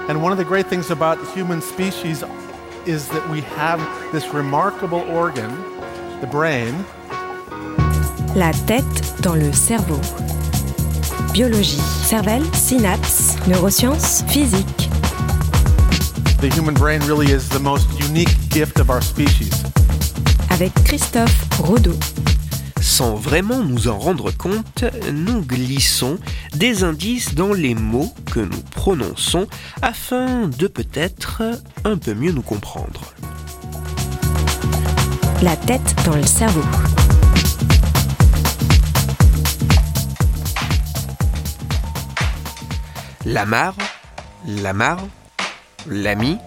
And one of the great things about the human species is that we have this remarkable organ, the brain. La tête dans le cerveau. Biologie, cervelle, synapses, neurosciences, physique. The human brain really is the most unique gift of our species. Avec Christophe Rodeau. Sans vraiment nous en rendre compte, nous glissons des indices dans les mots que nous prononçons afin de peut-être un peu mieux nous comprendre. La tête dans le cerveau. La mare, l'ami.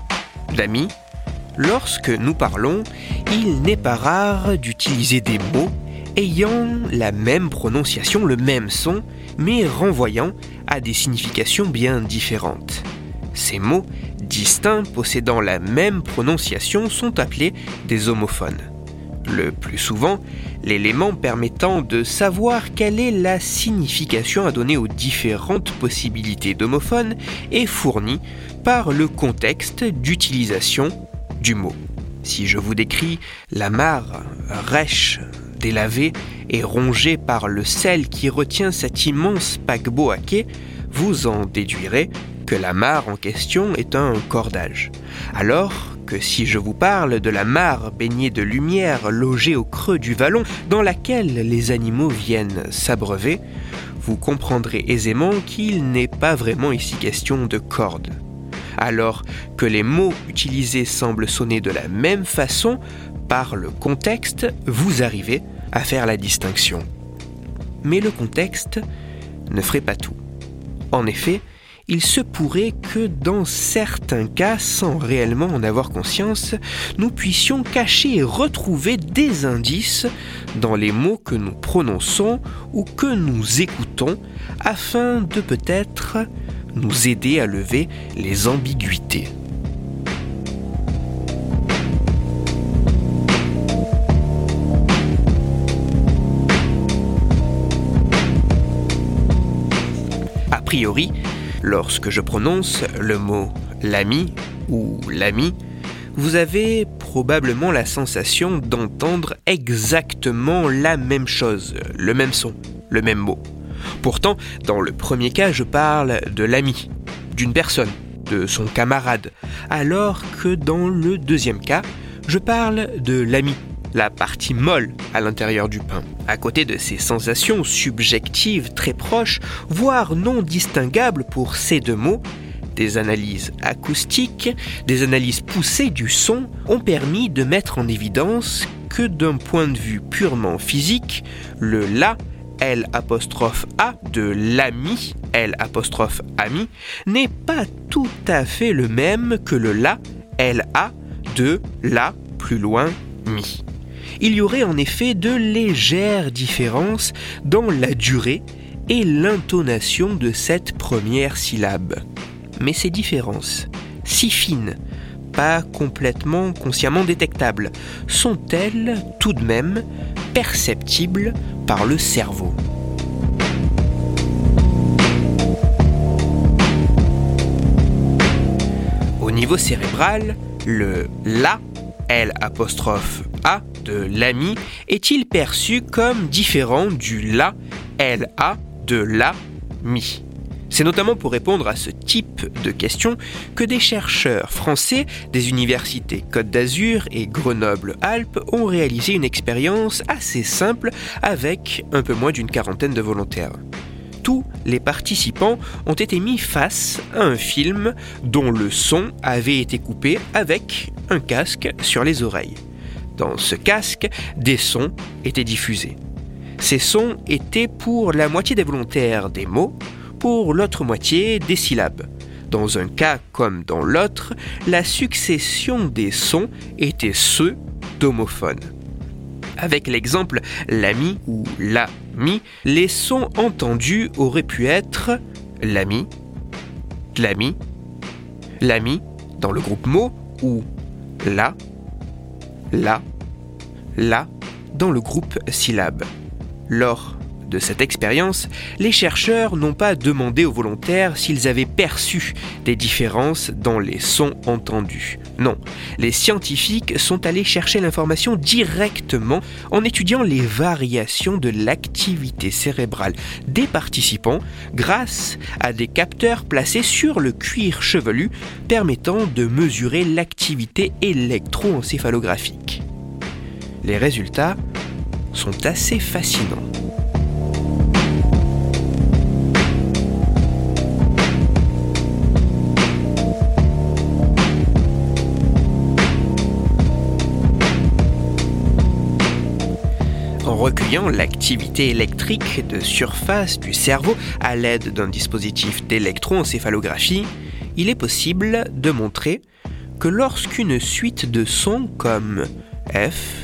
Lorsque nous parlons, il n'est pas rare d'utiliser des mots ayant la même prononciation, le même son, mais renvoyant à des significations bien différentes. Ces mots distincts possédant la même prononciation sont appelés des homophones. Le plus souvent, l'élément permettant de savoir quelle est la signification à donner aux différentes possibilités d'homophones est fourni par le contexte d'utilisation du mot. Si je vous décris la mare rêche, délavée et rongée par le sel qui retient cet immense paquebot à quai, vous en déduirez que la mare en question est un cordage. Alors que si je vous parle de la mare baignée de lumière logée au creux du vallon dans laquelle les animaux viennent s'abreuver, vous comprendrez aisément qu'il n'est pas vraiment ici question de corde. Alors que les mots utilisés semblent sonner de la même façon, par le contexte, vous arrivez à faire la distinction. Mais le contexte ne ferait pas tout. En effet, il se pourrait que dans certains cas, sans réellement en avoir conscience, nous puissions cacher et retrouver des indices dans les mots que nous prononçons ou que nous écoutons, afin de peut-être nous aider à lever les ambiguïtés. A priori, lorsque je prononce le mot « l'ami » ou « l'ami », vous avez probablement la sensation d'entendre exactement la même chose, le même son, le même mot. Pourtant, dans le premier cas, je parle de l'ami, d'une personne, de son camarade, alors que dans le deuxième cas, je parle de l'ami, la partie molle à l'intérieur du pain. À côté de ces sensations subjectives très proches, voire non distinguables pour ces deux mots, des analyses acoustiques, des analyses poussées du son ont permis de mettre en évidence que d'un point de vue purement physique, le « la » L''A de l'ami, L''ami, n'est pas tout à fait le même que le la, L''A de la plus loin, mi. Il y aurait en effet de légères différences dans la durée et l'intonation de cette première syllabe. Mais ces différences, si fines, pas complètement consciemment détectables, sont-elles tout de même perceptibles par le cerveau. Au niveau cérébral, le la, L''A de l'ami, est-il perçu comme différent du la, L''A de la, mi. C'est notamment pour répondre à ce type de questions que des chercheurs français des universités Côte d'Azur et Grenoble-Alpes ont réalisé une expérience assez simple avec un peu moins d'une quarantaine de volontaires. Tous les participants ont été mis face à un film dont le son avait été coupé avec un casque sur les oreilles. Dans ce casque, des sons étaient diffusés. Ces sons étaient pour la moitié des volontaires des mots, pour l'autre moitié des syllabes. Dans un cas comme dans l'autre, la succession des sons était ceux d'homophones. Avec l'exemple l'ami ou la-mi, les sons entendus auraient pu être l'ami, l'ami, l'ami dans le groupe mot ou la dans le groupe syllabe. Lors de cette expérience, les chercheurs n'ont pas demandé aux volontaires s'ils avaient perçu des différences dans les sons entendus. Non, les scientifiques sont allés chercher l'information directement en étudiant les variations de l'activité cérébrale des participants grâce à des capteurs placés sur le cuir chevelu permettant de mesurer l'activité électroencéphalographique. Les résultats sont assez fascinants. En recueillant l'activité électrique de surface du cerveau à l'aide d'un dispositif d'électroencéphalographie, il est possible de montrer que lorsqu'une suite de sons comme F,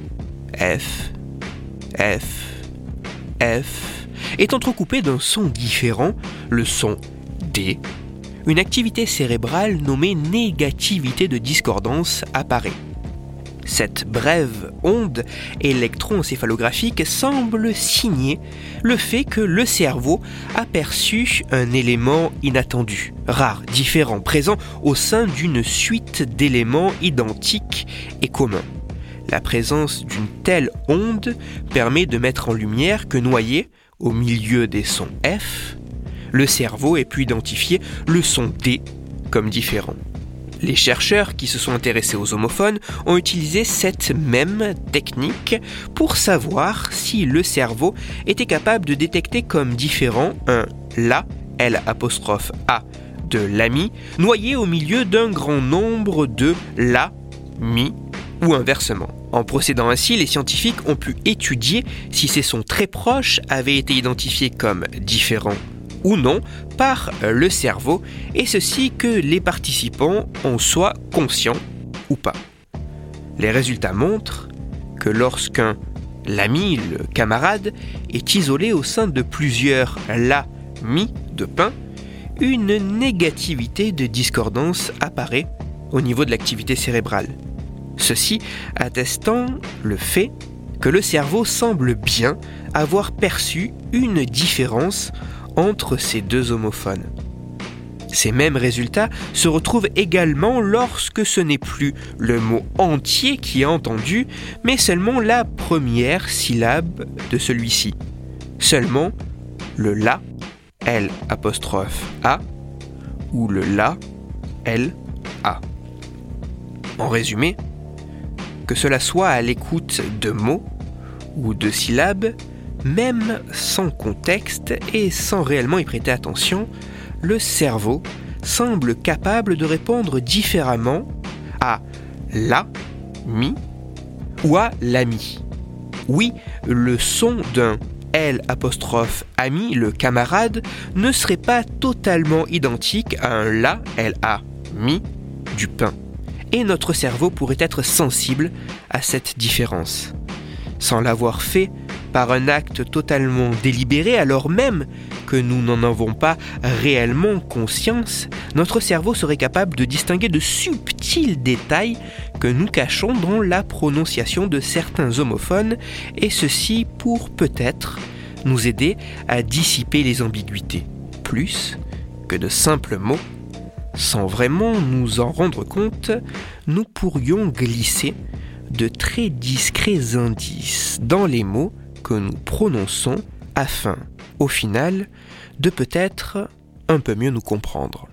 F, F, F est entrecoupée d'un son différent, le son D, une activité cérébrale nommée négativité de discordance apparaît. Cette brève onde électroencéphalographique semble signer le fait que le cerveau a perçu un élément inattendu, rare, différent, présent au sein d'une suite d'éléments identiques et communs. La présence d'une telle onde permet de mettre en lumière que noyé au milieu des sons F, le cerveau ait pu identifier le son D comme différent. Les chercheurs qui se sont intéressés aux homophones ont utilisé cette même technique pour savoir si le cerveau était capable de détecter comme différent un la, L''A, de l'ami, noyé au milieu d'un grand nombre de la, mi, ou inversement. En procédant ainsi, les scientifiques ont pu étudier si ces sons très proches avaient été identifiés comme différents ou non par le cerveau, et ceci que les participants en soient conscients ou pas. Les résultats montrent que lorsqu'un l'ami, le camarade, est isolé au sein de plusieurs la-mi de pain, une négativité de discordance apparaît au niveau de l'activité cérébrale. Ceci attestant le fait que le cerveau semble bien avoir perçu une différence entre ces deux homophones. Ces mêmes résultats se retrouvent également lorsque ce n'est plus le mot entier qui est entendu, mais seulement la première syllabe de celui-ci. Seulement le la, L''A, ou le la, L''A. En résumé, que cela soit à l'écoute de mots ou de syllabes, même sans contexte et sans réellement y prêter attention, le cerveau semble capable de répondre différemment à la, mi ou à l'ami. Oui, le son d'un L''ami, le camarade, ne serait pas totalement identique à un la, L''mi, du pain. Et notre cerveau pourrait être sensible à cette différence. Sans l'avoir fait par un acte totalement délibéré, alors même que nous n'en avons pas réellement conscience, notre cerveau serait capable de distinguer de subtils détails que nous cachons dans la prononciation de certains homophones, et ceci pour peut-être nous aider à dissiper les ambiguïtés, plus que de simples mots. Sans vraiment nous en rendre compte, nous pourrions glisser de très discrets indices dans les mots que nous prononçons afin, au final, de peut-être un peu mieux nous comprendre.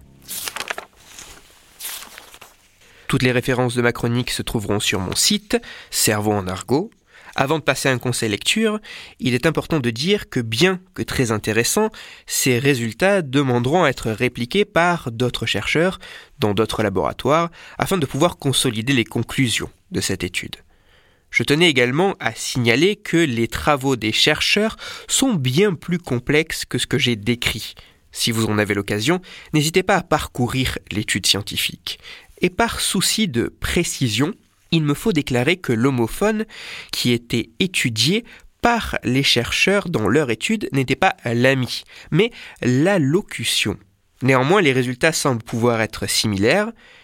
Toutes les références de ma chronique se trouveront sur mon site, Cerveau en argot. Avant de passer à un conseil lecture, il est important de dire que bien que très intéressants, ces résultats demanderont à être répliqués par d'autres chercheurs dans d'autres laboratoires afin de pouvoir consolider les conclusions de cette étude. Je tenais également à signaler que les travaux des chercheurs sont bien plus complexes que ce que j'ai décrit. Si vous en avez l'occasion, n'hésitez pas à parcourir l'étude scientifique. Et par souci de précision, il me faut déclarer que l'homophone qui était étudié par les chercheurs dans leur étude n'était pas l'ami, mais l'allocution. Néanmoins, les résultats semblent pouvoir être similaires,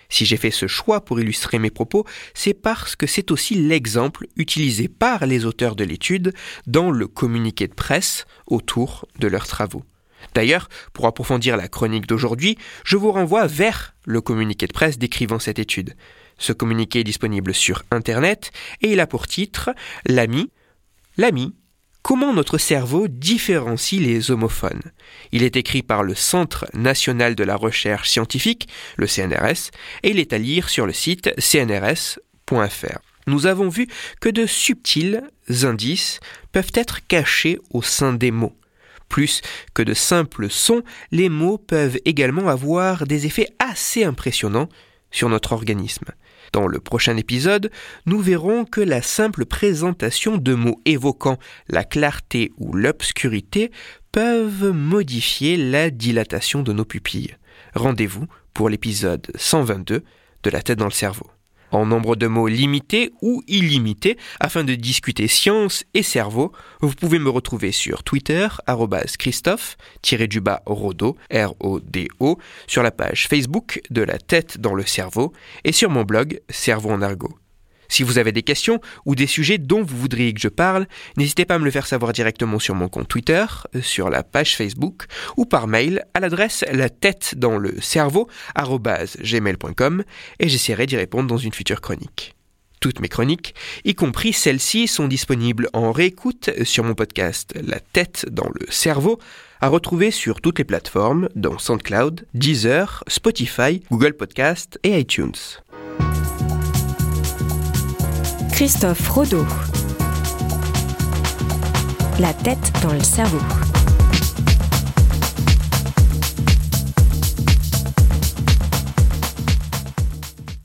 Si j'ai fait ce choix pour illustrer mes propos, c'est parce que c'est aussi l'exemple utilisé par les auteurs de l'étude dans le communiqué de presse autour de leurs travaux. D'ailleurs, pour approfondir la chronique d'aujourd'hui, je vous renvoie vers le communiqué de presse décrivant cette étude. Ce communiqué est disponible sur Internet et il a pour titre « L'AMI, comment notre cerveau différencie les homophones ». Il est écrit par le Centre national de la recherche scientifique, le CNRS, et il est à lire sur le site cnrs.fr. Nous avons vu que de subtils indices peuvent être cachés au sein des mots. Plus que de simples sons, les mots peuvent également avoir des effets assez impressionnants sur notre organisme. Dans le prochain épisode, nous verrons que la simple présentation de mots évoquant la clarté ou l'obscurité peuvent modifier la dilatation de nos pupilles. Rendez-vous pour l'épisode 122 de La tête dans le cerveau. En nombre de mots limité ou illimité, afin de discuter science et cerveau, vous pouvez me retrouver sur Twitter, @Christophe_Rodo, R-O-D-O, sur la page Facebook de La tête dans le cerveau et sur mon blog Cerveau en argot. Si vous avez des questions ou des sujets dont vous voudriez que je parle, n'hésitez pas à me le faire savoir directement sur mon compte Twitter, sur la page Facebook ou par mail à l'adresse latettedanslecerveau@gmail.com et j'essaierai d'y répondre dans une future chronique. Toutes mes chroniques, y compris celles-ci, sont disponibles en réécoute sur mon podcast La tête dans le cerveau, à retrouver sur toutes les plateformes, dont SoundCloud, Deezer, Spotify, Google Podcast et iTunes. Christophe Rodo. La tête dans le cerveau.